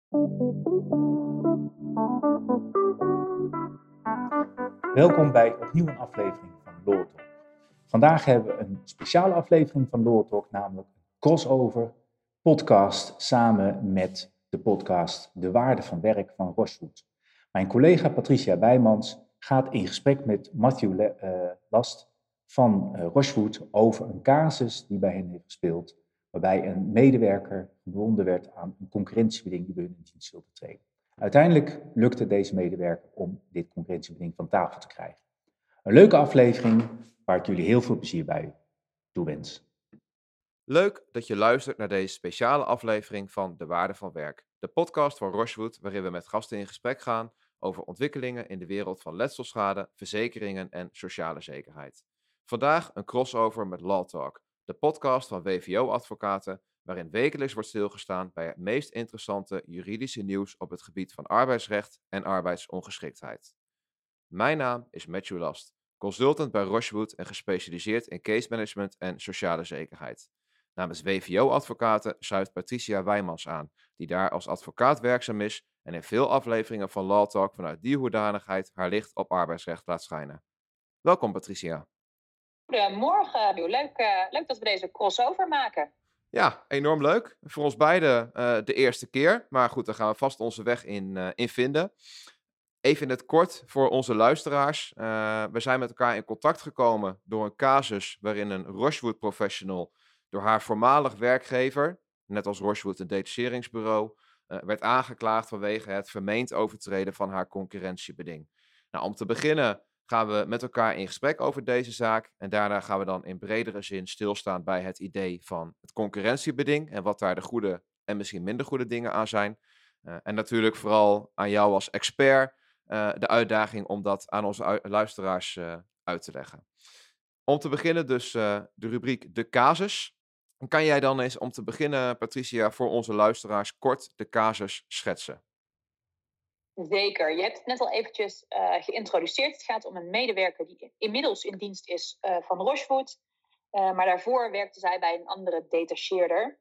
Welkom bij opnieuw een aflevering van Law Talk. Vandaag hebben we een speciale aflevering van Law Talk, namelijk een crossover podcast samen met de podcast De Waarde van Werk van Rochewood. Mijn collega Patricia Wijmans gaat in gesprek met Matthew Last van Rochewood over een casus die bij hen heeft gespeeld, waarbij een medewerker gebonden werd aan een concurrentiebeding die bij hun in dienst wilde treden. Uiteindelijk lukte deze medewerker om dit concurrentiebeding van tafel te krijgen. Een leuke aflevering waar ik jullie heel veel plezier bij toewens. Leuk dat je luistert naar deze speciale aflevering van De Waarde van Werk, de podcast van Rochewood, waarin we met gasten in gesprek gaan over ontwikkelingen in de wereld van letselschade, verzekeringen en sociale zekerheid. Vandaag een crossover met Law Talk, de podcast van WVO-advocaten, waarin wekelijks wordt stilgestaan bij het meest interessante juridische nieuws op het gebied van arbeidsrecht en arbeidsongeschiktheid. Mijn naam is Matthew Last, consultant bij Rochewood en gespecialiseerd in case management en sociale zekerheid. Namens WVO-advocaten schuift Patricia Wijmans aan, die daar als advocaat werkzaam is en in veel afleveringen van Law Talk vanuit die hoedanigheid haar licht op arbeidsrecht laat schijnen. Welkom Patricia. Goedemorgen, leuk dat we deze crossover maken. Ja, enorm leuk. Voor ons beiden de eerste keer, maar goed, daar gaan we vast onze weg in vinden. Even in het kort voor onze luisteraars. We zijn met elkaar in contact gekomen door een casus waarin een Rochewood professional door haar voormalig werkgever, net als Rochewood een detacheringsbureau, werd aangeklaagd vanwege het vermeend overtreden van haar concurrentiebeding. Nou, om te beginnen gaan we met elkaar in gesprek over deze zaak en daarna gaan we dan in bredere zin stilstaan bij het idee van het concurrentiebeding en wat daar de goede en misschien minder goede dingen aan zijn. En natuurlijk vooral aan jou als expert de uitdaging om dat aan onze luisteraars uit te leggen. Om te beginnen dus de rubriek De Casus. Kan jij dan eens om te beginnen, Patricia, voor onze luisteraars kort de casus schetsen? Zeker, je hebt het net al eventjes geïntroduceerd. Het gaat om een medewerker die inmiddels in dienst is van Rochewood. Maar daarvoor werkte zij bij een andere detacheerder.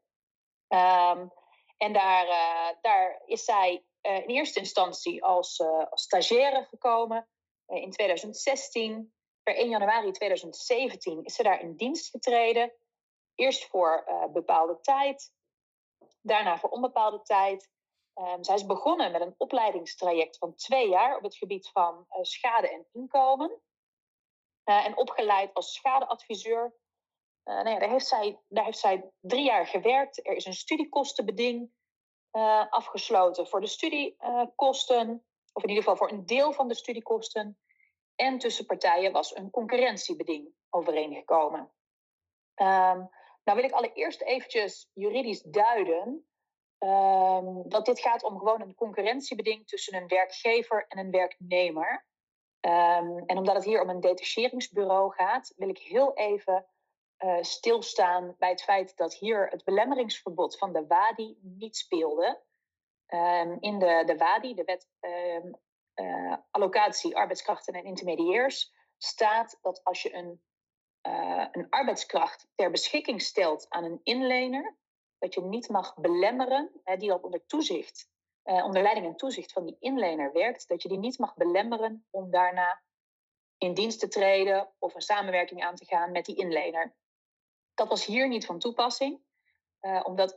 En daar is zij in eerste instantie als stagiaire gekomen in 2016. Per 1 januari 2017 is ze daar in dienst getreden. Eerst voor bepaalde tijd, daarna voor onbepaalde tijd. Zij is begonnen met een opleidingstraject van 2 jaar op het gebied van schade en inkomen. En opgeleid als schadeadviseur. Daar heeft zij 3 jaar gewerkt. Er is een studiekostenbeding afgesloten voor de studiekosten. Of in ieder geval voor een deel van de studiekosten. En tussen partijen was een concurrentiebeding overeengekomen. Nou wil ik allereerst eventjes juridisch duiden dat dit gaat om gewoon een concurrentiebeding tussen een werkgever en een werknemer. En omdat het hier om een detacheringsbureau gaat, wil ik heel even stilstaan bij het feit dat hier het belemmeringsverbod van de WADI niet speelde. In de WADI, de wet allocatie arbeidskrachten en intermediairs, staat dat als je een arbeidskracht ter beschikking stelt aan een inlener, dat je niet mag belemmeren, die al onder leiding en toezicht van die inlener werkt, dat je die niet mag belemmeren om daarna in dienst te treden of een samenwerking aan te gaan met die inlener. Dat was hier niet van toepassing, omdat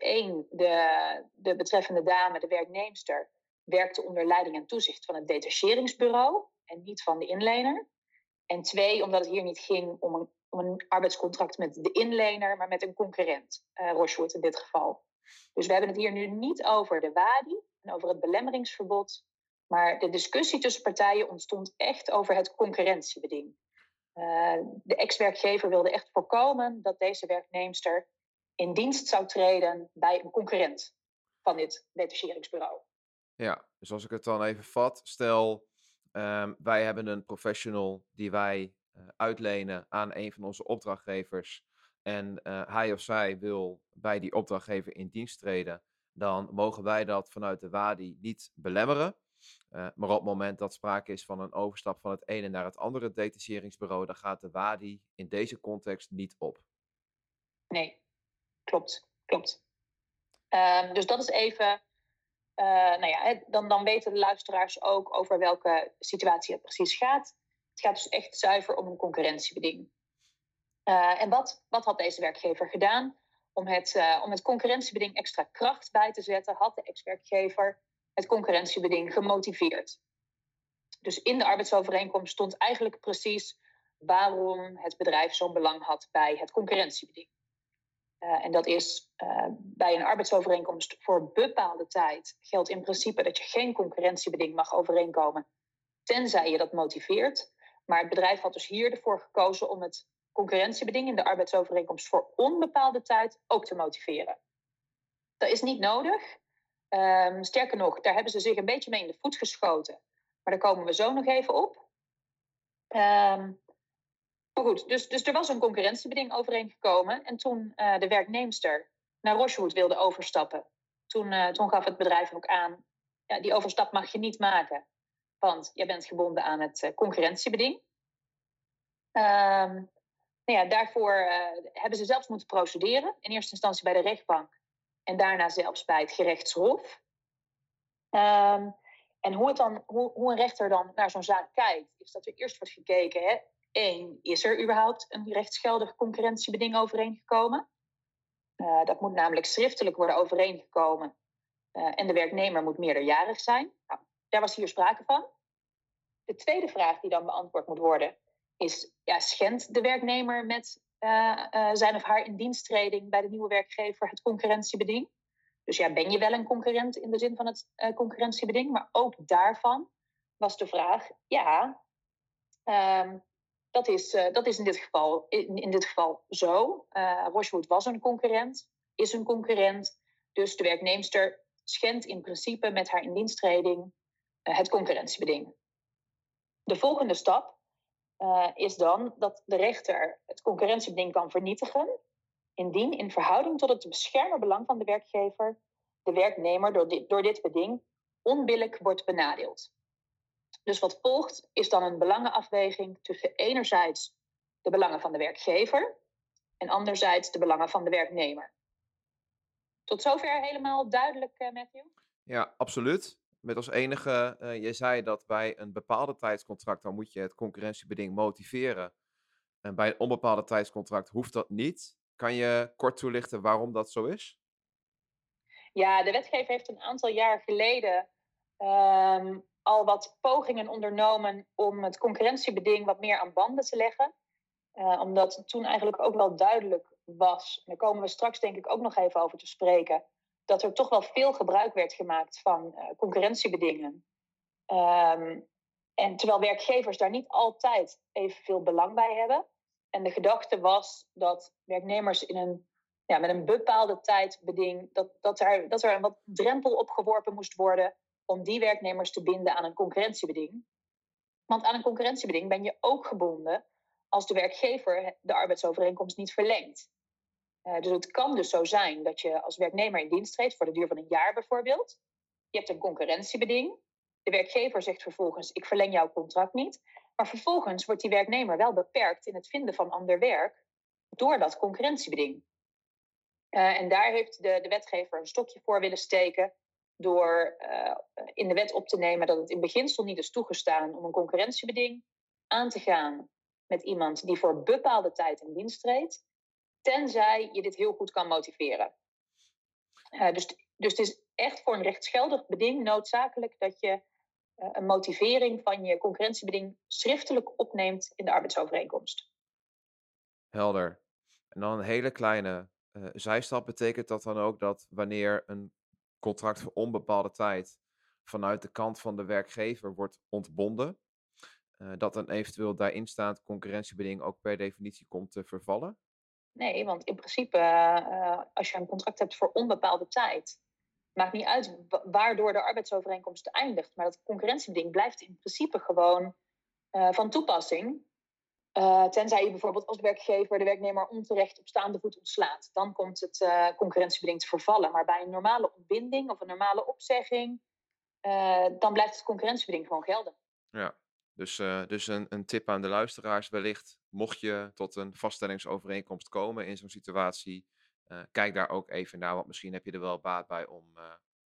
de betreffende dame, de werknemster, werkte onder leiding en toezicht van het detacheringsbureau en niet van de inlener. En 2, omdat het hier niet ging om een arbeidscontract met de inlener, maar met een concurrent, Rochewood in dit geval. Dus we hebben het hier nu niet over de WADI en over het belemmeringsverbod, maar de discussie tussen partijen ontstond echt over het concurrentiebeding. De ex-werkgever wilde echt voorkomen dat deze werknemster in dienst zou treden bij een concurrent van dit detacheringsbureau. Ja, dus als ik het dan even vat, stel wij hebben een professional die wij uitlenen aan een van onze opdrachtgevers en hij of zij wil bij die opdrachtgever in dienst treden, dan mogen wij dat vanuit de WADI niet belemmeren. Maar op het moment dat sprake is van een overstap van het ene naar het andere detacheringsbureau, dan gaat de WADI in deze context niet op. Nee, klopt. Dus dat is even dan weten de luisteraars ook over welke situatie het precies gaat. Het gaat dus echt zuiver om een concurrentiebeding. En wat had deze werkgever gedaan? Om het concurrentiebeding extra kracht bij te zetten, had de ex-werkgever het concurrentiebeding gemotiveerd. Dus in de arbeidsovereenkomst stond eigenlijk precies waarom het bedrijf zo'n belang had bij het concurrentiebeding. En dat is bij een arbeidsovereenkomst voor bepaalde tijd geldt in principe dat je geen concurrentiebeding mag overeenkomen, tenzij je dat motiveert. Maar het bedrijf had dus hier ervoor gekozen om het concurrentiebeding in de arbeidsovereenkomst voor onbepaalde tijd ook te motiveren. Dat is niet nodig. Sterker nog, daar hebben ze zich een beetje mee in de voet geschoten. Maar daar komen we zo nog even op. Maar goed, dus er was een concurrentiebeding overeengekomen. En toen de werknemster naar Rochewood wilde overstappen, toen gaf het bedrijf ook aan, ja, die overstap mag je niet maken, want jij bent gebonden aan het concurrentiebeding. Daarvoor hebben ze zelfs moeten procederen. In eerste instantie bij de rechtbank en daarna zelfs bij het gerechtshof. En hoe een rechter dan naar zo'n zaak kijkt, is dat er eerst wordt gekeken, hè, 1, is er überhaupt een rechtsgeldig concurrentiebeding overeengekomen? Dat moet namelijk schriftelijk worden overeengekomen. En de werknemer moet meerderjarig zijn. Nou, daar was hier sprake van. De tweede vraag die dan beantwoord moet worden is, schendt de werknemer met zijn of haar indiensttreding bij de nieuwe werkgever het concurrentiebeding? Dus ben je wel een concurrent in de zin van het concurrentiebeding? Maar ook daarvan was de vraag, dat is in dit geval zo. Rochewood was een concurrent, is een concurrent. Dus de werknemster schendt in principe met haar indiensttreding het concurrentiebeding. De volgende stap is dan dat de rechter het concurrentiebeding kan vernietigen, indien in verhouding tot het te beschermen belang van de werkgever de werknemer door dit beding onbillijk wordt benadeeld. Dus wat volgt is dan een belangenafweging tussen enerzijds de belangen van de werkgever en anderzijds de belangen van de werknemer. Tot zover helemaal duidelijk, Matthew? Ja, absoluut. Met als enige, je zei dat bij een bepaalde tijdscontract dan moet je het concurrentiebeding motiveren. En bij een onbepaalde tijdscontract hoeft dat niet. Kan je kort toelichten waarom dat zo is? Ja, de wetgever heeft een aantal jaar geleden al wat pogingen ondernomen om het concurrentiebeding wat meer aan banden te leggen. Omdat toen eigenlijk ook wel duidelijk was, en daar komen we straks denk ik ook nog even over te spreken, dat er toch wel veel gebruik werd gemaakt van concurrentiebedingen. En terwijl werkgevers daar niet altijd evenveel belang bij hebben. En de gedachte was dat werknemers met een bepaalde tijdbeding, dat er een wat drempel opgeworpen moest worden om die werknemers te binden aan een concurrentiebeding. Want aan een concurrentiebeding ben je ook gebonden als de werkgever de arbeidsovereenkomst niet verlengt. Dus het kan dus zo zijn dat je als werknemer in dienst treedt voor de duur van een jaar bijvoorbeeld. Je hebt een concurrentiebeding. De werkgever zegt vervolgens, ik verleng jouw contract niet. Maar vervolgens wordt die werknemer wel beperkt in het vinden van ander werk door dat concurrentiebeding. En daar heeft de wetgever een stokje voor willen steken door in de wet op te nemen dat het in beginsel niet is toegestaan om een concurrentiebeding aan te gaan met iemand die voor bepaalde tijd in dienst treedt, tenzij je dit heel goed kan motiveren. Dus het is echt voor een rechtsgeldig beding noodzakelijk dat je een motivering van je concurrentiebeding schriftelijk opneemt in de arbeidsovereenkomst. Helder. En dan een hele kleine zijstap. Betekent dat dan ook dat wanneer een contract voor onbepaalde tijd vanuit de kant van de werkgever wordt ontbonden, dat een eventueel daarin staand concurrentiebeding ook per definitie komt te vervallen? Nee, want in principe, als je een contract hebt voor onbepaalde tijd, maakt niet uit waardoor de arbeidsovereenkomst eindigt, maar dat concurrentiebeding blijft in principe gewoon van toepassing. Tenzij je bijvoorbeeld als werkgever de werknemer onterecht op staande voet ontslaat. Dan komt het concurrentiebeding te vervallen. Maar bij een normale ontbinding of een normale opzegging, dan blijft het concurrentiebeding gewoon gelden. Ja, dus een tip aan de luisteraars wellicht. Mocht je tot een vaststellingsovereenkomst komen in zo'n situatie, kijk daar ook even naar. Want misschien heb je er wel baat bij om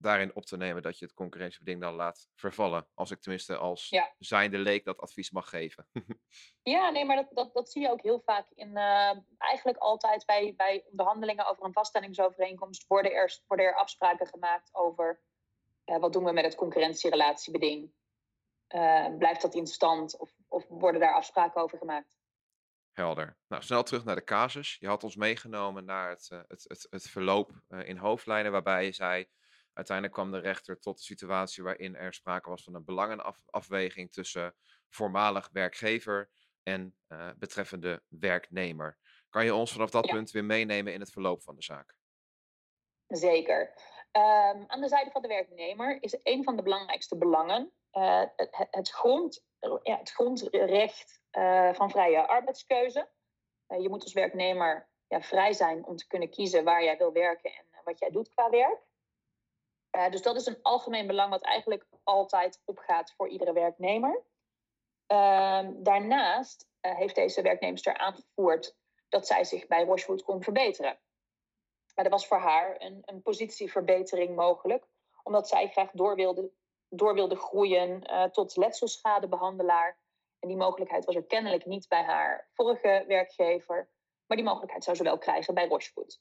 daarin op te nemen dat je het concurrentiebeding dan laat vervallen. Als ik tenminste als Ja. zijnde leek dat advies mag geven. Ja, nee, maar dat zie je ook heel vaak eigenlijk altijd bij behandelingen over een vaststellingsovereenkomst worden er afspraken gemaakt over wat doen we met het concurrentierelatiebeding. Blijft dat in stand of worden daar afspraken over gemaakt? Helder. Nou, snel terug naar de casus. Je had ons meegenomen naar het verloop in hoofdlijnen, waarbij je zei, uiteindelijk kwam de rechter tot de situatie waarin er sprake was van een belangenafweging tussen voormalig werkgever en betreffende werknemer. Kan je ons vanaf dat punt weer meenemen in het verloop van de zaak? Zeker. Aan de zijde van de werknemer is een van de belangrijkste belangen het grondrecht van vrije arbeidskeuze. Je moet als werknemer vrij zijn om te kunnen kiezen waar jij wil werken en wat jij doet qua werk. Dus dat is een algemeen belang wat eigenlijk altijd opgaat voor iedere werknemer. Daarnaast heeft deze werknemster aangevoerd dat zij zich bij Rochewood kon verbeteren. Maar er was voor haar een positieverbetering mogelijk, omdat zij graag door wilde groeien tot letselschadebehandelaar. En die mogelijkheid was er kennelijk niet bij haar vorige werkgever, maar die mogelijkheid zou ze wel krijgen bij Rochewood.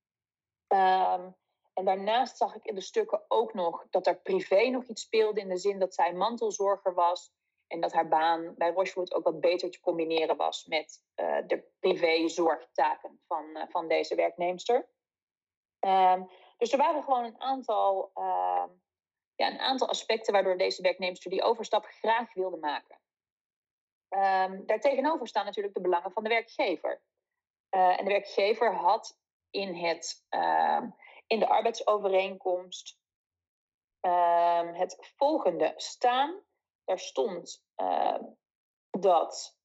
En daarnaast zag ik in de stukken ook nog dat er privé nog iets speelde, in de zin dat zij mantelzorger was en dat haar baan bij Rochewood ook wat beter te combineren was met de privézorgtaken van deze werknemster. Dus er waren gewoon een aantal aspecten waardoor deze werknemster die overstap graag wilde maken. Daartegenover staan natuurlijk de belangen van de werkgever. En de werkgever had in de arbeidsovereenkomst het volgende staan. Daar stond dat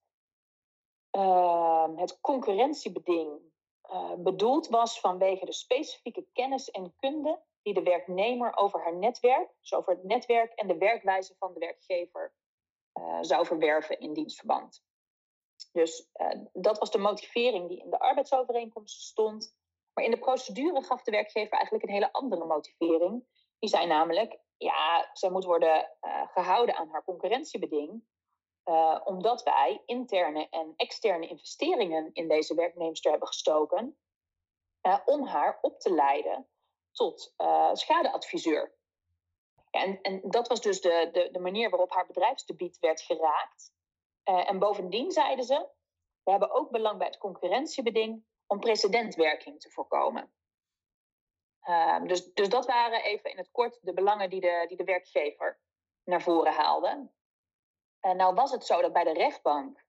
het concurrentiebeding bedoeld was vanwege de specifieke kennis en kunde die de werknemer over haar netwerk, dus over het netwerk en de werkwijze van de werkgever, zou verwerven in dienstverband. Dus dat was de motivering die in de arbeidsovereenkomst stond. Maar in de procedure gaf de werkgever eigenlijk een hele andere motivering. Die zei namelijk, zij moet worden gehouden aan haar concurrentiebeding, omdat wij interne en externe investeringen in deze werknemster hebben gestoken om haar op te leiden tot schadeadviseur. Ja, en dat was dus de manier waarop haar bedrijfsdebiet werd geraakt. En bovendien zeiden ze, we hebben ook belang bij het concurrentiebeding om precedentwerking te voorkomen. Dus dat waren even in het kort de belangen die de werkgever naar voren haalde. Nou was het zo dat bij de rechtbank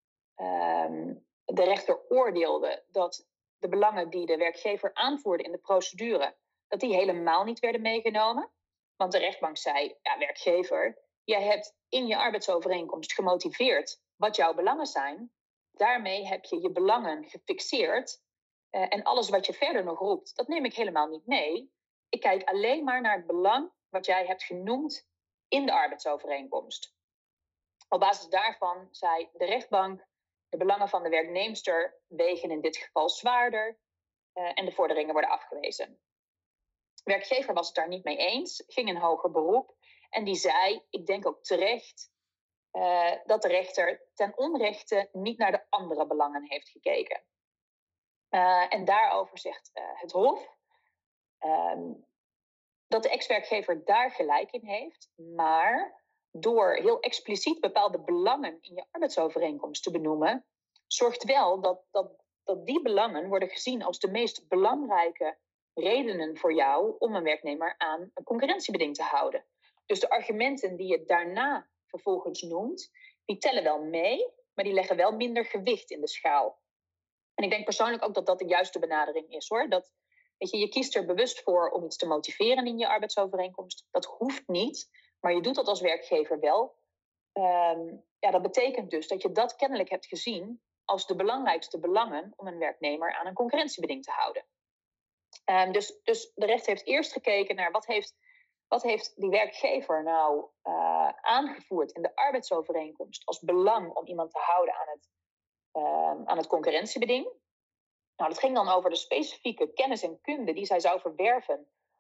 de rechter oordeelde dat de belangen die de werkgever aanvoerde in de procedure, dat die helemaal niet werden meegenomen. Want de rechtbank zei, werkgever, jij hebt in je arbeidsovereenkomst gemotiveerd wat jouw belangen zijn. Daarmee heb je je belangen gefixeerd. En alles wat je verder nog roept, dat neem ik helemaal niet mee. Ik kijk alleen maar naar het belang wat jij hebt genoemd in de arbeidsovereenkomst. Op basis daarvan zei de rechtbank, de belangen van de werknemster wegen in dit geval zwaarder en de vorderingen worden afgewezen. De werkgever was het daar niet mee eens, ging in hoger beroep en die zei, ik denk ook terecht, dat de rechter ten onrechte niet naar de andere belangen heeft gekeken. En daarover zegt het Hof dat de ex-werkgever daar gelijk in heeft, maar door heel expliciet bepaalde belangen in je arbeidsovereenkomst te benoemen, zorgt wel dat die belangen worden gezien als de meest belangrijke redenen voor jou om een werknemer aan een concurrentiebeding te houden. Dus de argumenten die je daarna vervolgens noemt, die tellen wel mee, maar die leggen wel minder gewicht in de schaal. En ik denk persoonlijk ook dat dat de juiste benadering is, hoor. Dat, je kiest er bewust voor om iets te motiveren in je arbeidsovereenkomst. Dat hoeft niet, maar je doet dat als werkgever wel. Dat betekent dus dat je dat kennelijk hebt gezien als de belangrijkste belangen om een werknemer aan een concurrentiebeding te houden. Dus de rechter heeft eerst gekeken naar wat heeft die werkgever nou aangevoerd in de arbeidsovereenkomst als belang om iemand te houden aan het concurrentiebeding. Nou, dat ging dan over de specifieke kennis en kunde die zij zou verwerven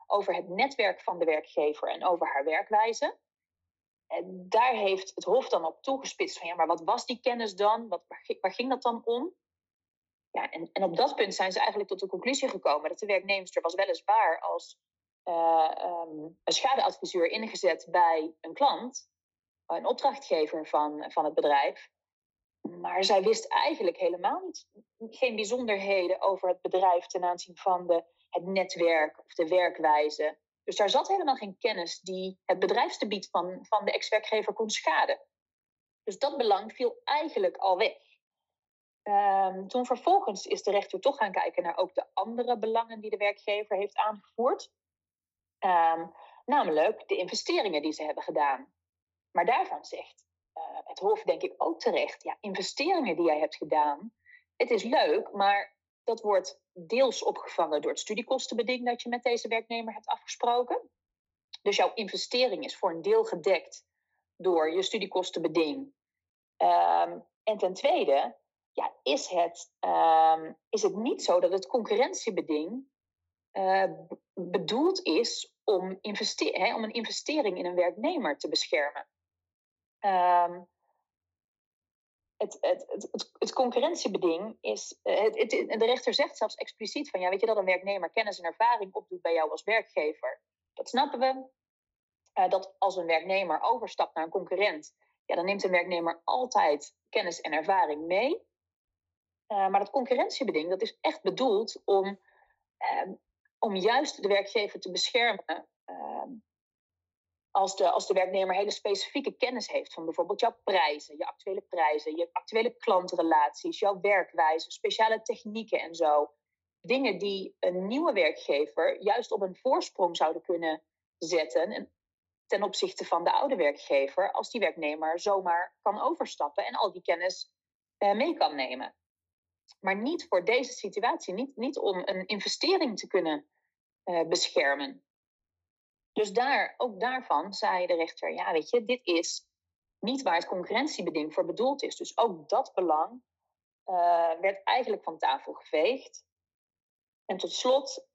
over het netwerk van de werkgever en over haar werkwijze. En daar heeft het Hof dan op toegespitst van, ja, maar wat was die kennis dan? Waar ging dat dan om? Ja, en op dat punt zijn ze eigenlijk tot de conclusie gekomen dat de werknemster was weliswaar als een schadeadviseur ingezet bij een klant, een opdrachtgever van het bedrijf. Maar zij wist eigenlijk helemaal geen bijzonderheden over het bedrijf ten aanzien van het netwerk of de werkwijze. Dus daar zat helemaal geen kennis die het bedrijfsgebied van de ex-werkgever kon schaden. Dus dat belang viel eigenlijk al weg. Toen vervolgens is de rechter toch gaan kijken naar ook de andere belangen die de werkgever heeft aangevoerd. Namelijk de investeringen die ze hebben gedaan. Maar daarvan zegt het Hof denk ik ook terecht, ja, investeringen die jij hebt gedaan, het is leuk, maar dat wordt deels opgevangen door het studiekostenbeding dat je met deze werknemer hebt afgesproken. Dus jouw investering is voor een deel gedekt door je studiekostenbeding. En ten tweede, ja, is het niet zo dat het concurrentiebeding bedoeld is om een investering in een werknemer te beschermen. Het concurrentiebeding is... de rechter zegt zelfs expliciet van, ja, weet je dat een werknemer kennis en ervaring opdoet bij jou als werkgever? Dat snappen we. Dat als een werknemer overstapt naar een concurrent, ja, dan neemt een werknemer altijd kennis en ervaring mee. Maar dat concurrentiebeding, dat is echt bedoeld om juist de werkgever te beschermen als de werknemer hele specifieke kennis heeft van bijvoorbeeld jouw prijzen, je actuele klantrelaties, jouw werkwijze, speciale technieken en zo. Dingen die een nieuwe werkgever juist op een voorsprong zouden kunnen zetten ten opzichte van de oude werkgever, als die werknemer zomaar kan overstappen en al die kennis mee kan nemen. Maar niet voor deze situatie, niet om een investering te kunnen beschermen. Dus ook daarvan zei de rechter, ja, weet je, dit is niet waar het concurrentiebeding voor bedoeld is. Dus ook dat belang werd eigenlijk van tafel geveegd. En tot slot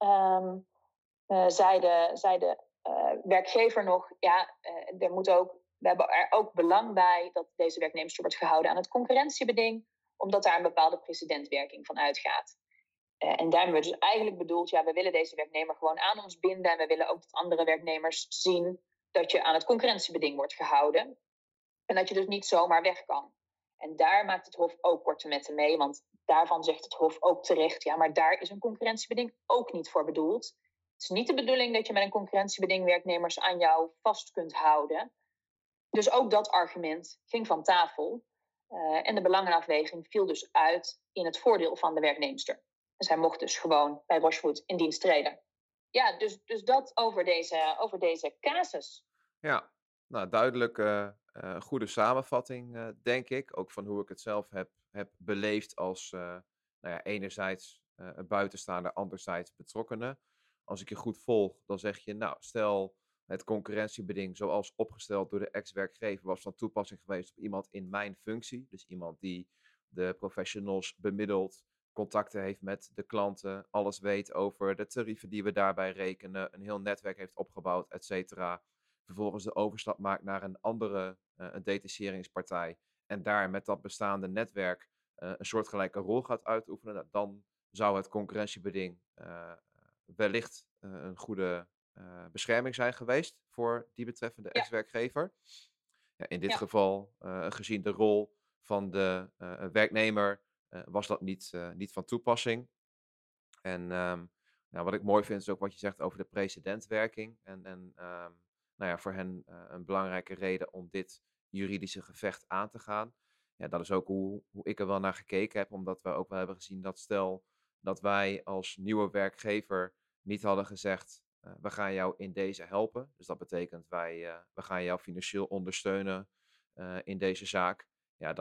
zei de werkgever nog, ja, we hebben er ook belang bij dat deze werknemster wordt gehouden aan het concurrentiebeding, omdat daar een bepaalde precedentwerking van uitgaat. En daarmee werd dus eigenlijk bedoeld, ja, we willen deze werknemer gewoon aan ons binden en we willen ook dat andere werknemers zien dat je aan het concurrentiebeding wordt gehouden en dat je dus niet zomaar weg kan. En daar maakt het Hof ook korte metten mee, want daarvan zegt het Hof ook terecht, ja, maar daar is een concurrentiebeding ook niet voor bedoeld. Het is niet de bedoeling dat je met een concurrentiebeding werknemers aan jou vast kunt houden. Dus ook dat argument ging van tafel. En de belangenafweging viel dus uit in het voordeel van de werknemster. En zij mocht dus gewoon bij Rochewood in dienst treden. Ja, dus dat over deze casus. Ja, nou duidelijk goede samenvatting, denk ik. Ook van hoe ik het zelf heb beleefd als enerzijds een buitenstaander, anderzijds betrokkenen. Als ik je goed volg, dan zeg je, nou, stel het concurrentiebeding zoals opgesteld door de ex-werkgever was van toepassing geweest op iemand in mijn functie. Dus iemand die de professionals bemiddelt, contacten heeft met de klanten, alles weet over de tarieven die we daarbij rekenen, een heel netwerk heeft opgebouwd, et cetera. Vervolgens de overstap maakt naar een andere een detacheringspartij en daar met dat bestaande netwerk een soortgelijke rol gaat uitoefenen, nou, dan zou het concurrentiebeding wellicht een goede bescherming zijn geweest voor die betreffende ex-werkgever. Ja, in dit geval, gezien de rol van de werknemer, was dat niet van toepassing. En wat ik mooi vind is ook wat je zegt over de precedentwerking. En voor hen een belangrijke reden om dit juridische gevecht aan te gaan. Ja, dat is ook hoe ik er wel naar gekeken heb, omdat we ook wel hebben gezien dat stel dat wij als nieuwe werkgever niet hadden gezegd, we gaan jou in deze helpen. Dus dat betekent we gaan jou financieel ondersteunen in deze zaak. Ja,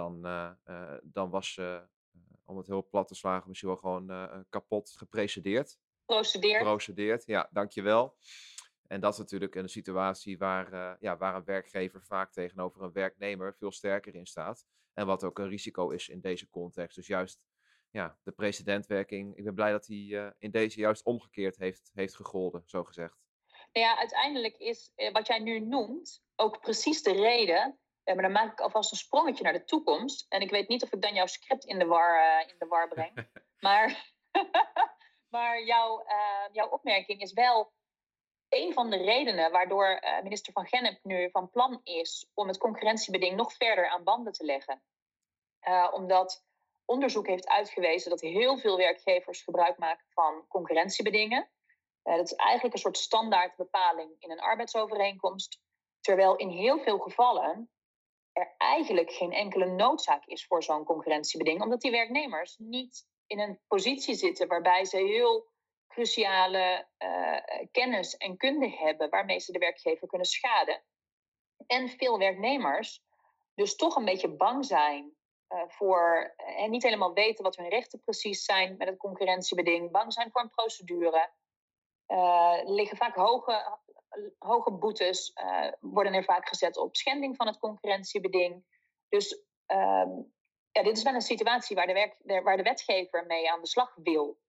dan was om het heel plat te slagen, misschien wel gewoon kapot geprocedeerd. Procedeerd, ja, dankjewel. En dat is natuurlijk een situatie waar een werkgever vaak tegenover een werknemer veel sterker in staat. En wat ook een risico is in deze context. Dus juist de precedentwerking, ik ben blij dat die in deze juist omgekeerd heeft gegolden, zo gezegd. Nou ja, uiteindelijk is wat jij nu noemt ook precies de reden. Maar dan maak ik alvast een sprongetje naar de toekomst. En ik weet niet of ik dan jouw script in de war breng. Maar, maar jouw opmerking is wel een van de redenen waardoor minister Van Gennep nu van plan is om het concurrentiebeding nog verder aan banden te leggen. Omdat onderzoek heeft uitgewezen dat heel veel werkgevers gebruik maken van concurrentiebedingen. Dat is eigenlijk een soort standaardbepaling in een arbeidsovereenkomst. Terwijl in heel veel gevallen er eigenlijk geen enkele noodzaak is voor zo'n concurrentiebeding. Omdat die werknemers niet in een positie zitten waarbij ze heel cruciale kennis en kunde hebben waarmee ze de werkgever kunnen schaden. En veel werknemers dus toch een beetje bang zijn voor en niet helemaal weten wat hun rechten precies zijn met het concurrentiebeding. Bang zijn voor een procedure. Liggen vaak hoge boetes, worden er vaak gezet op schending van het concurrentiebeding. Dus dit is wel een situatie waar de wetgever mee aan de slag wil.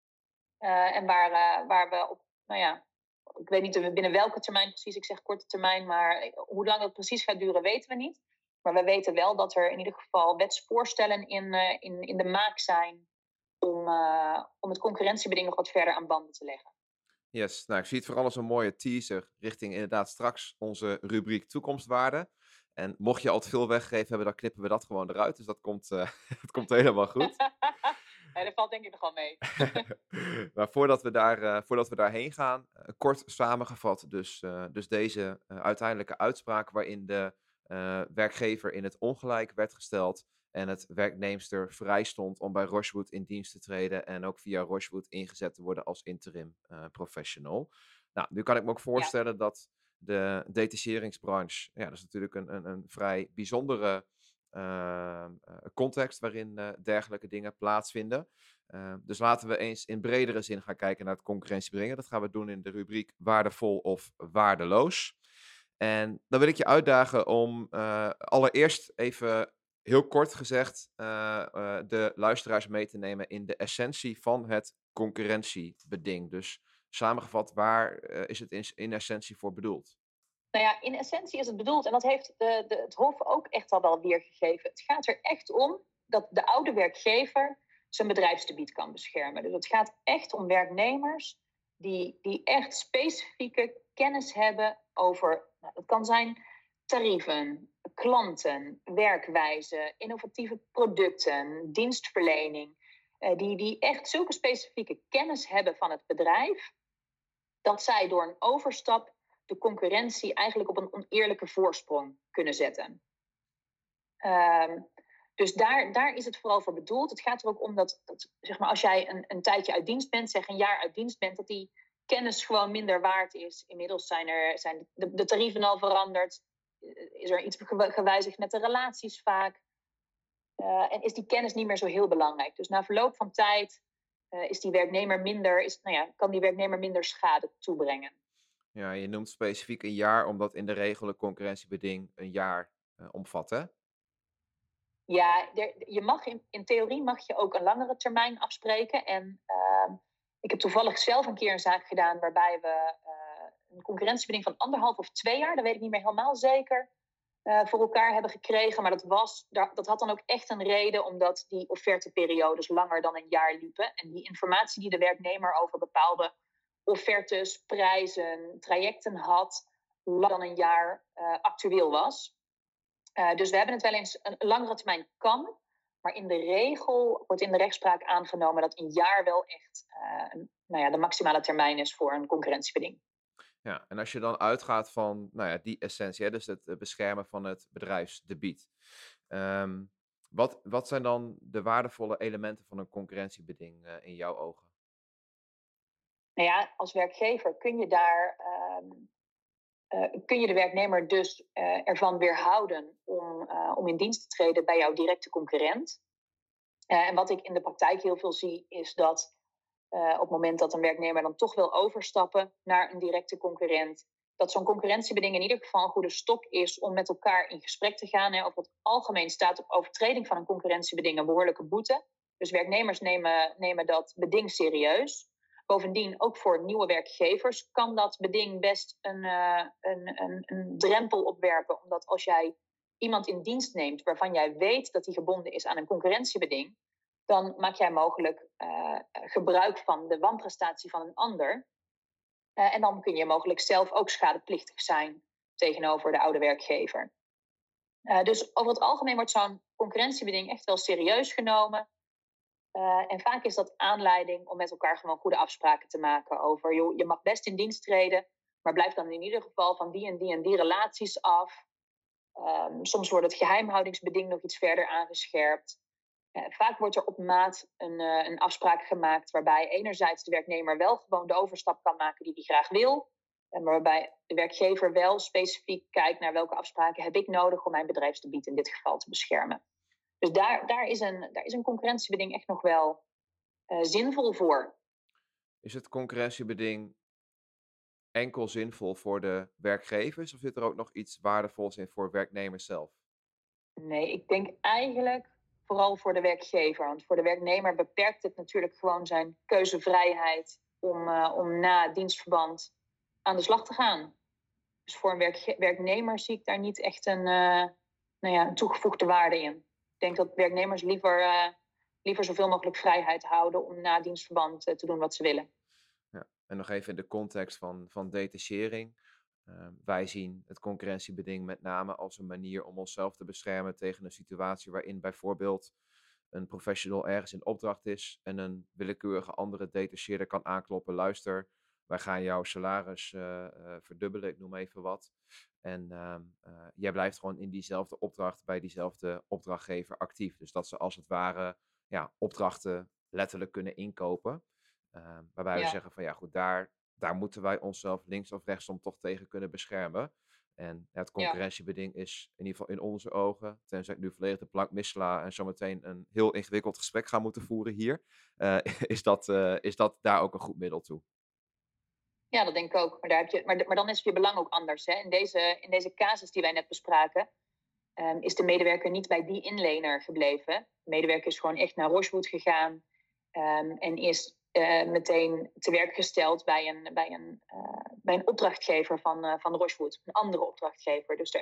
En waar we op, ik weet niet binnen welke termijn precies, ik zeg korte termijn, maar hoe lang dat precies gaat duren weten we niet. Maar we weten wel dat er in ieder geval wetsvoorstellen in de maak zijn om het concurrentiebeding nog wat verder aan banden te leggen. Yes, nou ik zie het vooral als een mooie teaser richting inderdaad straks onze rubriek toekomstwaarden. En mocht je al te veel weggegeven hebben, dan knippen we dat gewoon eruit. Dus dat komt, dat komt helemaal goed. Nee, dat valt denk ik nog wel mee. Maar voordat we daarheen gaan, kort samengevat dus deze uiteindelijke uitspraak waarin de werkgever in het ongelijk werd gesteld en het werknemster vrij stond om bij Rochewood in dienst te treden en ook via Rochewood ingezet te worden als interim professional. Nou, nu kan ik me ook voorstellen dat de detacheringsbranche, dat is natuurlijk een vrij bijzondere context waarin dergelijke dingen plaatsvinden. Dus laten we eens in bredere zin gaan kijken naar het concurrentiebeding. Dat gaan we doen in de rubriek waardevol of waardeloos. En dan wil ik je uitdagen om allereerst even heel kort gezegd de luisteraars mee te nemen in de essentie van het concurrentiebeding. Dus samengevat, waar is het in essentie voor bedoeld? Nou ja, in essentie is het bedoeld, en dat heeft het Hof ook echt al wel weergegeven. Het gaat er echt om dat de oude werkgever zijn bedrijfsgebied kan beschermen. Dus het gaat echt om werknemers die echt specifieke kennis hebben over, dat kan zijn tarieven, klanten, werkwijze, innovatieve producten, dienstverlening. Die echt zulke specifieke kennis hebben van het bedrijf, dat zij door een overstap de concurrentie eigenlijk op een oneerlijke voorsprong kunnen zetten. Dus daar is het vooral voor bedoeld. Het gaat er ook om dat zeg maar, als jij een tijdje uit dienst bent, zeg een jaar uit dienst bent, dat die kennis gewoon minder waard is. Inmiddels zijn de tarieven al veranderd. Is er iets gewijzigd met de relaties vaak. En is die kennis niet meer zo heel belangrijk. Dus na verloop van tijd kan die werknemer minder schade toebrengen. Ja, je noemt specifiek een jaar, omdat in de regel een concurrentiebeding een jaar omvat, hè? Ja, in theorie mag je ook een langere termijn afspreken. En ik heb toevallig zelf een keer een zaak gedaan waarbij we een concurrentiebeding van 1,5 of 2 jaar, dat weet ik niet meer helemaal zeker, voor elkaar hebben gekregen. Maar dat had dan ook echt een reden, omdat die offerteperiodes langer dan een jaar liepen. En die informatie die de werknemer over bepaalde offertes, prijzen, trajecten had, langer dan een jaar actueel was. Dus we hebben het wel eens, een langere termijn kan, maar in de regel wordt in de rechtspraak aangenomen dat een jaar wel echt de maximale termijn is voor een concurrentiebeding. Ja, en als je dan uitgaat van die essentie, hè, dus het beschermen van het bedrijfsgebied. Wat zijn dan de waardevolle elementen van een concurrentiebeding in jouw ogen? Nou ja, als werkgever kun je de werknemer dus ervan weerhouden om in dienst te treden bij jouw directe concurrent. En wat ik in de praktijk heel veel zie, is dat op het moment dat een werknemer dan toch wil overstappen naar een directe concurrent, dat zo'n concurrentiebeding in ieder geval een goede stok is om met elkaar in gesprek te gaan. Over het algemeen staat op overtreding van een concurrentiebeding een behoorlijke boete. Dus werknemers nemen dat beding serieus. Bovendien, ook voor nieuwe werkgevers kan dat beding best een drempel opwerpen. Omdat als jij iemand in dienst neemt waarvan jij weet dat hij gebonden is aan een concurrentiebeding, dan maak jij mogelijk gebruik van de wanprestatie van een ander. En dan kun je mogelijk zelf ook schadeplichtig zijn tegenover de oude werkgever. Dus over het algemeen wordt zo'n concurrentiebeding echt wel serieus genomen. En vaak is dat aanleiding om met elkaar gewoon goede afspraken te maken over, joh, je mag best in dienst treden, maar blijf dan in ieder geval van die en die en die relaties af. Soms wordt het geheimhoudingsbeding nog iets verder aangescherpt. Vaak wordt er op maat een afspraak gemaakt waarbij enerzijds de werknemer wel gewoon de overstap kan maken die hij graag wil, maar waarbij de werkgever wel specifiek kijkt naar welke afspraken heb ik nodig om mijn bedrijfsgebied in dit geval te beschermen. Dus daar is een concurrentiebeding echt nog wel zinvol voor. Is het concurrentiebeding enkel zinvol voor de werkgevers of zit er ook nog iets waardevols in voor werknemers zelf? Nee, ik denk eigenlijk vooral voor de werkgever. Want voor de werknemer beperkt het natuurlijk gewoon zijn keuzevrijheid om na dienstverband aan de slag te gaan. Dus voor een werknemer zie ik daar niet echt een toegevoegde waarde in. Ik denk dat werknemers liever zoveel mogelijk vrijheid houden om na dienstverband te doen wat ze willen. Ja. En nog even in de context van detachering. Wij zien het concurrentiebeding met name als een manier om onszelf te beschermen tegen een situatie waarin bijvoorbeeld een professional ergens in opdracht is en een willekeurige andere detacheerder kan aankloppen. Luister, wij gaan jouw salaris verdubbelen, ik noem even wat. En jij blijft gewoon in diezelfde opdracht bij diezelfde opdrachtgever actief. Dus dat ze als het ware opdrachten letterlijk kunnen inkopen. Waarbij we zeggen van ja goed, daar moeten wij onszelf links of rechtsom toch tegen kunnen beschermen. En het concurrentiebeding is in ieder geval in onze ogen, tenzij ik nu volledig de plank missla en zometeen een heel ingewikkeld gesprek gaan moeten voeren hier, is dat daar ook een goed middel toe. Ja, dat denk ik ook. Maar dan is je belang ook anders. Hè? In deze casus die wij net bespraken, is de medewerker niet bij die inlener gebleven. De medewerker is gewoon echt naar Rochewood gegaan en is meteen te werk gesteld bij een opdrachtgever van Rochewood, een andere opdrachtgever. Dus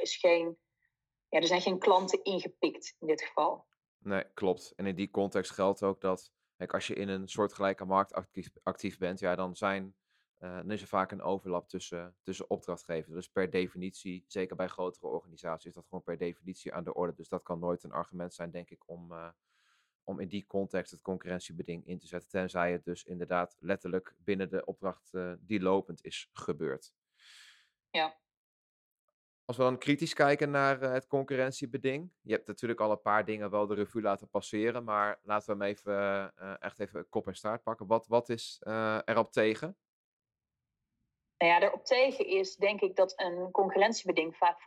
er zijn geen klanten ingepikt in dit geval. Nee, klopt. En in die context geldt ook dat, kijk, als je in een soortgelijke markt actief bent, ja, dan is er vaak een overlap tussen opdrachtgevers. Dus per definitie, zeker bij grotere organisaties, is dat gewoon per definitie aan de orde. Dus dat kan nooit een argument zijn, denk ik, om in die context het concurrentiebeding in te zetten. Tenzij het dus inderdaad letterlijk binnen de opdracht die lopend is gebeurd. Ja. Als we dan kritisch kijken naar het concurrentiebeding. Je hebt natuurlijk al een paar dingen wel de revue laten passeren. Maar laten we hem echt even kop en staart pakken. Wat is erop tegen? Nou ja, erop tegen is denk ik dat een concurrentiebeding vaak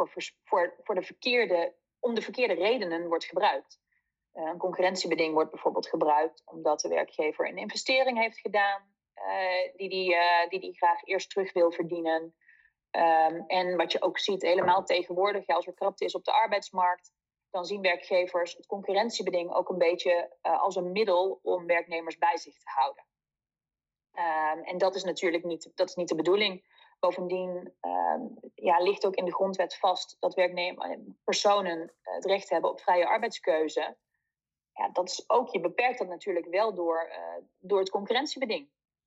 om de verkeerde redenen wordt gebruikt. Een concurrentiebeding wordt bijvoorbeeld gebruikt omdat de werkgever een investering heeft gedaan die graag eerst terug wil verdienen. En wat je ook ziet helemaal tegenwoordig, als er krapte is op de arbeidsmarkt, dan zien werkgevers het concurrentiebeding ook een beetje als een middel om werknemers bij zich te houden. En dat is natuurlijk niet de bedoeling. Bovendien ligt ook in de grondwet vast dat personen het recht hebben op vrije arbeidskeuze. Ja, dat is ook, je beperkt dat natuurlijk wel door het concurrentiebeding.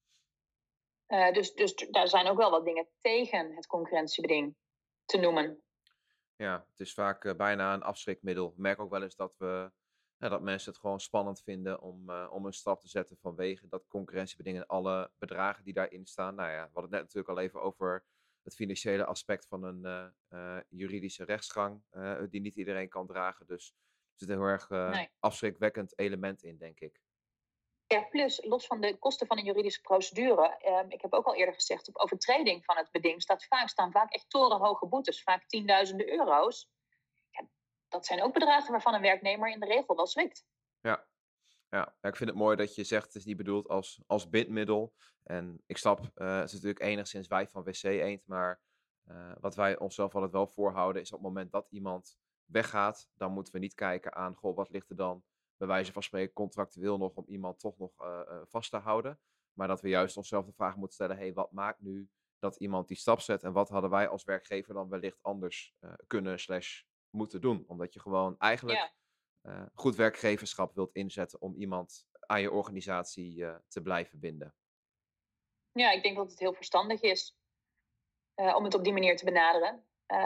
Dus daar zijn ook wel wat dingen tegen het concurrentiebeding te noemen. Ja, het is vaak bijna een afschrikmiddel. Ik merk ook wel eens dat mensen het gewoon spannend vinden om een stap te zetten vanwege dat concurrentiebeding en alle bedragen die daarin staan. Nou ja, we hadden het net natuurlijk al even over het financiële aspect van een juridische rechtsgang die niet iedereen kan dragen. Dus er zit een heel erg afschrikwekkend element in, denk ik. Ja, plus, los van de kosten van een juridische procedure, ik heb ook al eerder gezegd, op overtreding van het beding staan vaak echt torenhoge boetes, vaak tienduizenden euro's. Ja, dat zijn ook bedragen waarvan een werknemer in de regel wel schrikt. Ja, ik vind het mooi dat je zegt, het is niet bedoeld als bindmiddel. En ik snap, het is natuurlijk enigszins wij van WC Eend, maar wat wij onszelf altijd wel voorhouden is op het moment dat iemand weggaat, dan moeten we niet kijken aan, goh, wat ligt er dan bij wijze van spreken contractueel nog om iemand toch nog vast te houden. Maar dat we juist onszelf de vraag moeten stellen, hey, wat maakt nu dat iemand die stap zet en wat hadden wij als werkgever dan wellicht anders kunnen / moeten doen? Omdat je gewoon eigenlijk goed werkgeverschap wilt inzetten om iemand aan je organisatie te blijven binden. Ja, ik denk dat het heel verstandig is om het op die manier te benaderen.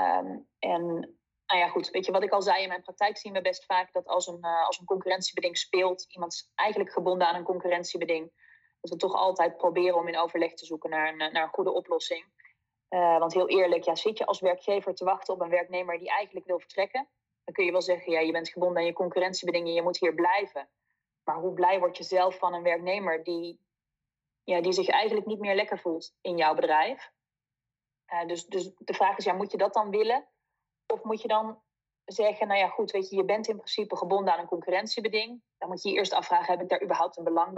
En nou ja, goed, weet je wat ik al zei, in mijn praktijk zien we best vaak dat als een concurrentiebeding speelt, iemand is eigenlijk gebonden aan een concurrentiebeding, dat we toch altijd proberen om in overleg te zoeken naar een goede oplossing. Want heel eerlijk, zit je als werkgever te wachten op een werknemer die eigenlijk wil vertrekken, dan kun je wel zeggen, je bent gebonden aan je concurrentiebeding en je moet hier blijven. Maar hoe blij word je zelf van een werknemer die zich eigenlijk niet meer lekker voelt in jouw bedrijf? Dus de vraag is, moet je dat dan willen? Of moet je dan zeggen, nou ja goed, weet je bent in principe gebonden aan een concurrentiebeding. Dan moet je je eerst afvragen, heb ik daar überhaupt een belang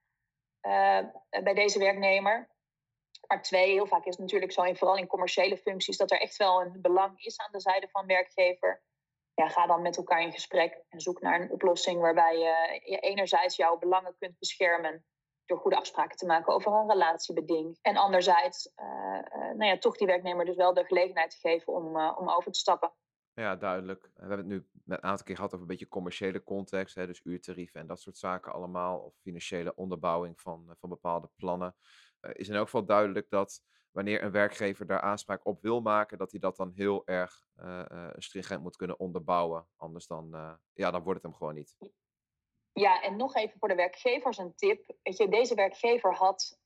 bij deze werknemer? Maar 2, heel vaak is het natuurlijk zo, vooral in commerciële functies, dat er echt wel een belang is aan de zijde van werkgever. Ga dan met elkaar in gesprek en zoek naar een oplossing waarbij je enerzijds jouw belangen kunt beschermen door goede afspraken te maken over een relatiebeding. En anderzijds toch die werknemer dus wel de gelegenheid te geven om over te stappen. Ja, duidelijk. We hebben het nu een aantal keer gehad over een beetje commerciële context, dus uurtarieven en dat soort zaken allemaal, of financiële onderbouwing van bepaalde plannen. Is in elk geval duidelijk dat wanneer een werkgever daar aanspraak op wil maken, dat hij dat dan heel erg stringent moet kunnen onderbouwen. Anders dan wordt het hem gewoon niet. Ja, en nog even voor de werkgevers een tip. Weet je, deze werkgever had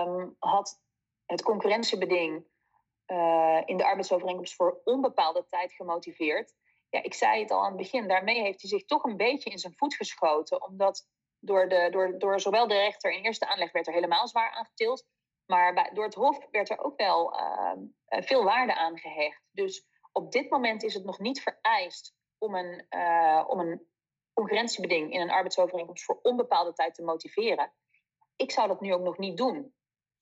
het concurrentiebeding in de arbeidsovereenkomst voor onbepaalde tijd gemotiveerd. Ja, ik zei het al aan het begin, daarmee heeft hij zich toch een beetje in zijn voet geschoten, omdat door zowel de rechter in eerste aanleg werd er helemaal zwaar aangetild, maar door het Hof werd er ook wel veel waarde aan gehecht. Dus op dit moment is het nog niet vereist om een concurrentiebeding in een arbeidsovereenkomst voor onbepaalde tijd te motiveren. Ik zou dat nu ook nog niet doen.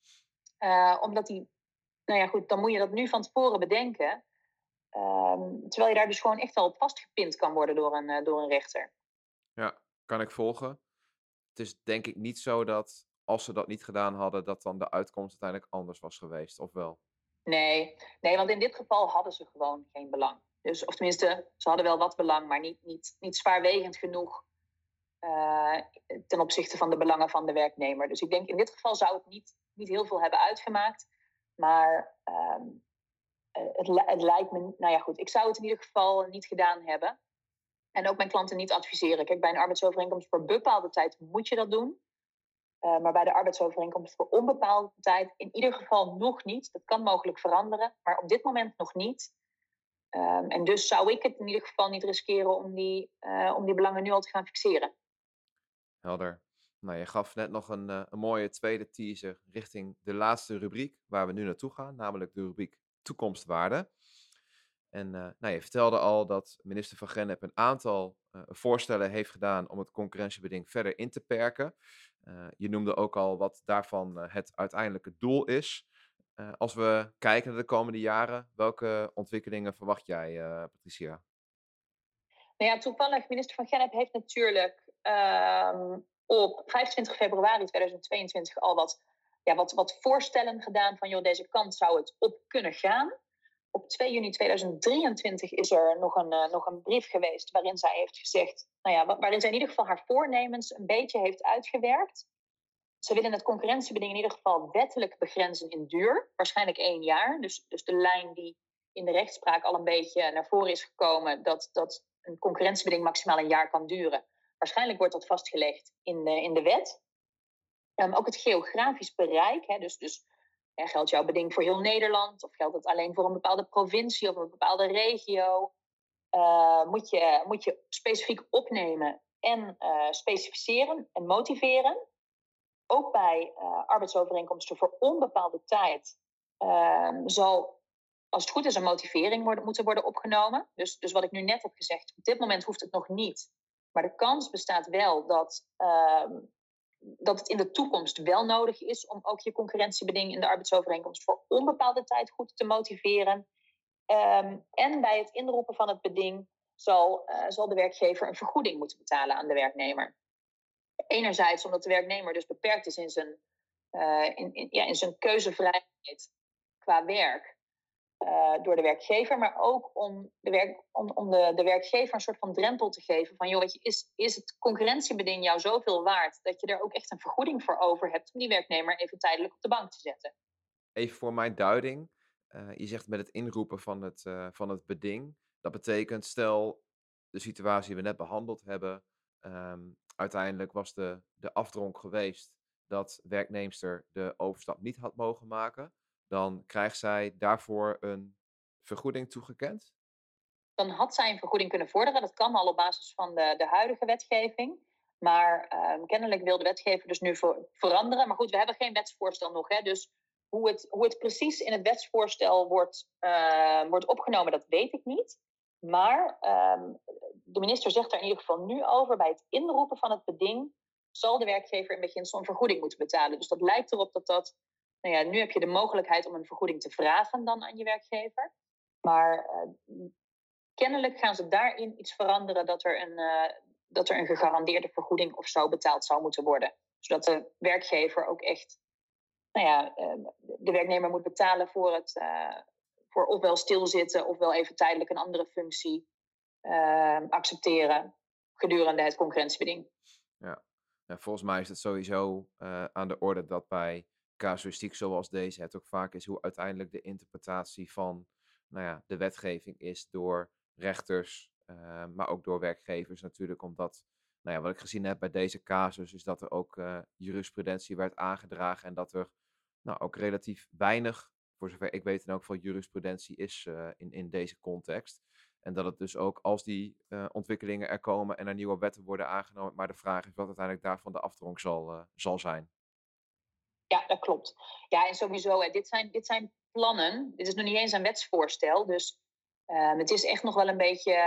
Omdat dan moet je dat nu van tevoren bedenken. Terwijl je daar dus gewoon echt wel op vastgepind kan worden door een rechter. Ja, kan ik volgen. Het is denk ik niet zo dat als ze dat niet gedaan hadden, dat dan de uitkomst uiteindelijk anders was geweest, of wel? Nee, want in dit geval hadden ze gewoon geen belang. Dus, of tenminste, ze hadden wel wat belang, maar niet zwaarwegend genoeg ten opzichte van de belangen van de werknemer. Dus ik denk in dit geval zou het niet heel veel hebben uitgemaakt. Maar het lijkt me, ik zou het in ieder geval niet gedaan hebben. En ook mijn klanten niet adviseren. Kijk, bij een arbeidsovereenkomst voor bepaalde tijd moet je dat doen. Maar bij de arbeidsovereenkomst voor onbepaalde tijd in ieder geval nog niet. Dat kan mogelijk veranderen, maar op dit moment nog niet. En dus zou ik het in ieder geval niet riskeren om die belangen nu al te gaan fixeren. Helder. Nou, je gaf net nog een mooie tweede teaser richting de laatste rubriek waar we nu naartoe gaan, namelijk de rubriek toekomstwaarde. En je vertelde al dat minister Van Gennep een aantal voorstellen heeft gedaan om het concurrentiebeding verder in te perken. Je noemde ook al wat daarvan het uiteindelijke doel is. Als we kijken naar de komende jaren, welke ontwikkelingen verwacht jij, Patricia? Toevallig, minister Van Gennep heeft natuurlijk op 25 februari 2022 al wat voorstellen gedaan van, deze kant zou het op kunnen gaan. Op 2 juni 2023 is er nog een brief geweest waarin zij heeft gezegd, waarin zij in ieder geval haar voornemens een beetje heeft uitgewerkt. Ze willen het concurrentiebeding in ieder geval wettelijk begrenzen in duur, waarschijnlijk 1 jaar. Dus de lijn die in de rechtspraak al een beetje naar voren is gekomen, dat een concurrentiebeding maximaal 1 jaar kan duren. Waarschijnlijk wordt dat vastgelegd in de wet. Ook het geografisch bereik, dus geldt jouw beding voor heel Nederland of geldt het alleen voor een bepaalde provincie of een bepaalde regio? Moet je specifiek opnemen en specificeren en motiveren. Ook bij arbeidsovereenkomsten voor onbepaalde tijd zal, als het goed is, een motivering moeten worden opgenomen. Dus wat ik nu net heb gezegd, op dit moment hoeft het nog niet. Maar de kans bestaat wel dat het in de toekomst wel nodig is om ook je concurrentiebeding in de arbeidsovereenkomst voor onbepaalde tijd goed te motiveren. En bij het inroepen van het beding zal de werkgever een vergoeding moeten betalen aan de werknemer. Enerzijds omdat de werknemer dus beperkt is in zijn in zijn keuzevrijheid qua werk door de werkgever, maar ook om de werkgever een soort van drempel te geven van, joh, weet je, is het concurrentiebeding jou zoveel waard dat je er ook echt een vergoeding voor over hebt om die werknemer even tijdelijk op de bank te zetten? Even voor mijn duiding. Je zegt met het inroepen van het beding. Dat betekent, stel de situatie die we net behandeld hebben. Uiteindelijk was de afdronk geweest dat werknemster de overstap niet had mogen maken. Dan krijgt zij daarvoor een vergoeding toegekend. Dan had zij een vergoeding kunnen vorderen. Dat kan al op basis van de huidige wetgeving. Maar kennelijk wil de wetgever dus nu veranderen. Maar goed, we hebben geen wetsvoorstel nog. Hè, dus hoe het precies in het wetsvoorstel wordt opgenomen, dat weet ik niet. Maar de minister zegt daar in ieder geval nu over. Bij het inroepen van het beding zal de werkgever in beginsel een vergoeding moeten betalen. Dus dat lijkt erop dat nu heb je de mogelijkheid om een vergoeding te vragen dan aan je werkgever. Maar kennelijk gaan ze daarin iets veranderen dat er een gegarandeerde vergoeding of zo betaald zou moeten worden. Zodat de werkgever ook echt de werknemer moet betalen voor ofwel stilzitten ofwel even tijdelijk een andere functie accepteren gedurende het concurrentiebeding. Ja. Volgens mij is het sowieso aan de orde dat bij casuïstiek zoals deze het ook vaak is hoe uiteindelijk de interpretatie van de wetgeving is door rechters, maar ook door werkgevers natuurlijk. Omdat, wat ik gezien heb bij deze casus is dat er ook jurisprudentie werd aangedragen en dat er ook relatief weinig, voor zover ik weet in elk geval, jurisprudentie is in deze context. En dat het dus ook als die ontwikkelingen er komen en er nieuwe wetten worden aangenomen, maar de vraag is wat uiteindelijk daarvan de afdronk zal zijn. Ja, dat klopt. Ja, en sowieso, dit zijn plannen. Dit is nog niet eens een wetsvoorstel. Dus het is echt nog wel een beetje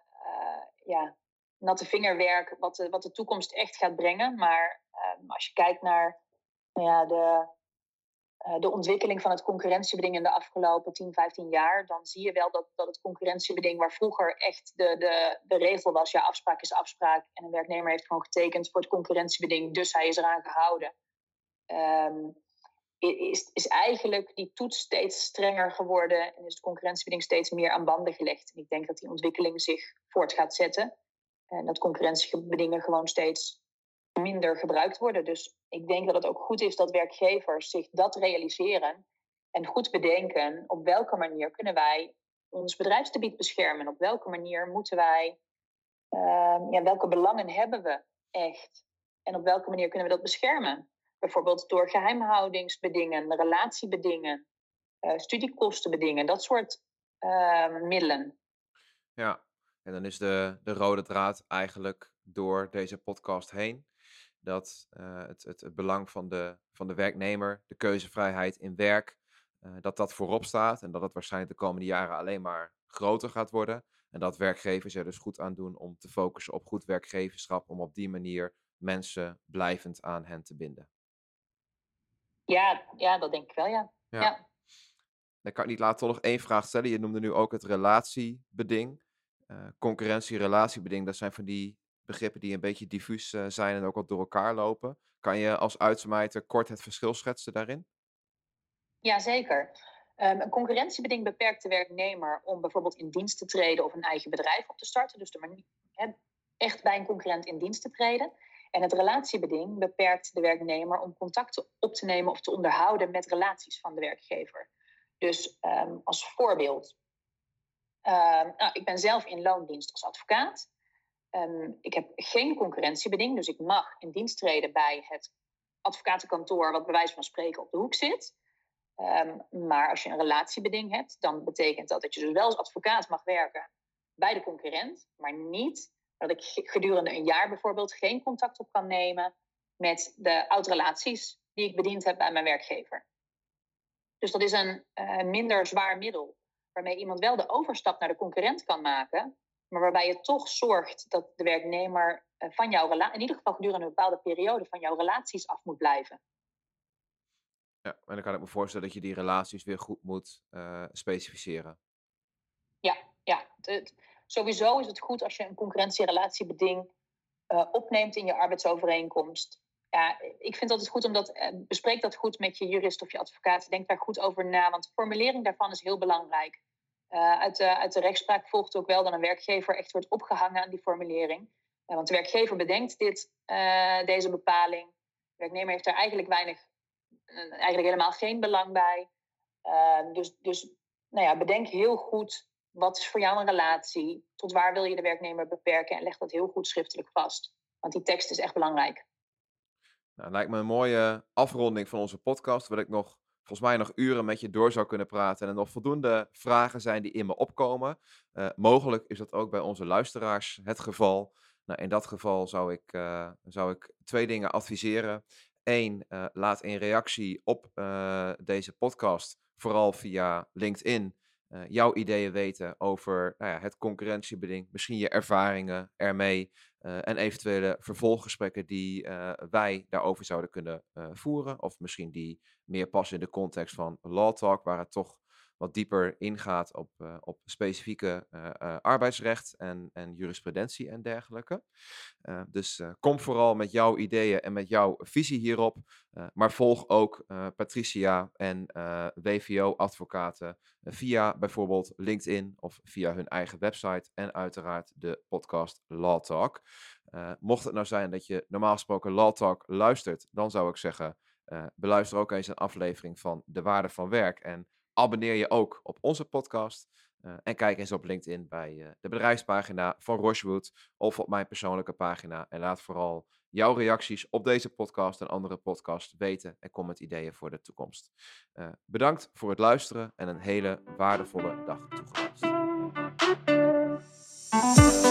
natte vingerwerk wat de toekomst echt gaat brengen. Maar als je kijkt naar de ontwikkeling van het concurrentiebeding in de afgelopen 10, 15 jaar, dan zie je wel dat het concurrentiebeding, waar vroeger echt de regel was, ja, afspraak is afspraak en een werknemer heeft gewoon getekend voor het concurrentiebeding, dus hij is eraan gehouden. Is eigenlijk die toets steeds strenger geworden en is het concurrentiebeding steeds meer aan banden gelegd. En ik denk dat die ontwikkeling zich voort gaat zetten en dat concurrentiebedingen gewoon steeds minder gebruikt worden. Dus ik denk dat het ook goed is dat werkgevers zich dat realiseren en goed bedenken op welke manier kunnen wij ons bedrijfsgebied beschermen. Op welke manier moeten wij, welke belangen hebben we echt en op welke manier kunnen we dat beschermen. Bijvoorbeeld door geheimhoudingsbedingen, relatiebedingen, studiekostenbedingen, dat soort middelen. Ja, en dan is de rode draad eigenlijk door deze podcast heen dat het belang van de werknemer, de keuzevrijheid in werk, dat voorop staat en dat het waarschijnlijk de komende jaren alleen maar groter gaat worden. En dat werkgevers er dus goed aan doen om te focussen op goed werkgeverschap, om op die manier mensen blijvend aan hen te binden. Ja, dat denk ik wel, ja. Dan kan ik niet laten toch nog één vraag stellen. Je noemde nu ook het relatiebeding. Concurrentie-relatiebeding, dat zijn van die begrippen die een beetje diffuus zijn en ook wat door elkaar lopen. Kan je als uitsmijter kort het verschil schetsen daarin? Jazeker. Een concurrentiebeding beperkt de werknemer om bijvoorbeeld in dienst te treden of een eigen bedrijf op te starten. Dus echt bij een concurrent in dienst te treden. En het relatiebeding beperkt de werknemer om contacten op te nemen of te onderhouden met relaties van de werkgever. Dus als voorbeeld, ik ben zelf in loondienst als advocaat. Ik heb geen concurrentiebeding, dus ik mag in dienst treden bij het advocatenkantoor wat bij wijze van spreken op de hoek zit. Maar als je een relatiebeding hebt, dan betekent dat je dus wel als advocaat mag werken bij de concurrent, maar niet dat ik gedurende een jaar bijvoorbeeld geen contact op kan nemen met de oud-relaties die ik bediend heb bij mijn werkgever. Dus dat is een minder zwaar middel, waarmee iemand wel de overstap naar de concurrent kan maken, maar waarbij je toch zorgt dat de werknemer van jouw relatie, in ieder geval gedurende een bepaalde periode, van jouw relaties af moet blijven. Ja, en dan kan ik me voorstellen dat je die relaties weer goed moet specificeren. Ja. Sowieso is het goed als je een concurrentierelatiebeding opneemt in je arbeidsovereenkomst. ik vind het altijd goed om dat... bespreek dat goed met je jurist of je advocaat. Denk daar goed over na, want de formulering daarvan is heel belangrijk. Uit de rechtspraak volgt ook wel dat een werkgever echt wordt opgehangen aan die formulering. Want de werkgever bedenkt deze bepaling. De werknemer heeft daar eigenlijk helemaal geen belang bij. Dus bedenk heel goed, wat is voor jou een relatie? Tot waar wil je de werknemer beperken? En leg dat heel goed schriftelijk vast. Want die tekst is echt belangrijk. Nou, lijkt me een mooie afronding van onze podcast, waar ik volgens mij nog uren met je door zou kunnen praten en er nog voldoende vragen zijn die in me opkomen. Mogelijk is dat ook bij onze luisteraars het geval. Nou, in dat geval zou ik 2 dingen adviseren. 1, laat in reactie op deze podcast, vooral via LinkedIn, jouw ideeën weten over het concurrentiebeding, misschien je ervaringen ermee. En eventuele vervolggesprekken die wij daarover zouden kunnen voeren. Of misschien die meer passen in de context van Law Talk, waar het toch wat dieper ingaat op specifieke arbeidsrecht en jurisprudentie en dergelijke. Dus kom vooral met jouw ideeën en met jouw visie hierop. Maar volg ook Patricia en WVO-advocaten via bijvoorbeeld LinkedIn of via hun eigen website en uiteraard de podcast Law Talk. Mocht het nou zijn dat je normaal gesproken Law Talk luistert, dan zou ik zeggen, beluister ook eens een aflevering van De Waarde van Werk en abonneer je ook op onze podcast. En kijk eens op LinkedIn bij de bedrijfspagina van Rochewood of op mijn persoonlijke pagina. En laat vooral jouw reacties op deze podcast en andere podcasts weten en kom met ideeën voor de toekomst. Bedankt voor het luisteren en een hele waardevolle dag toegewenst.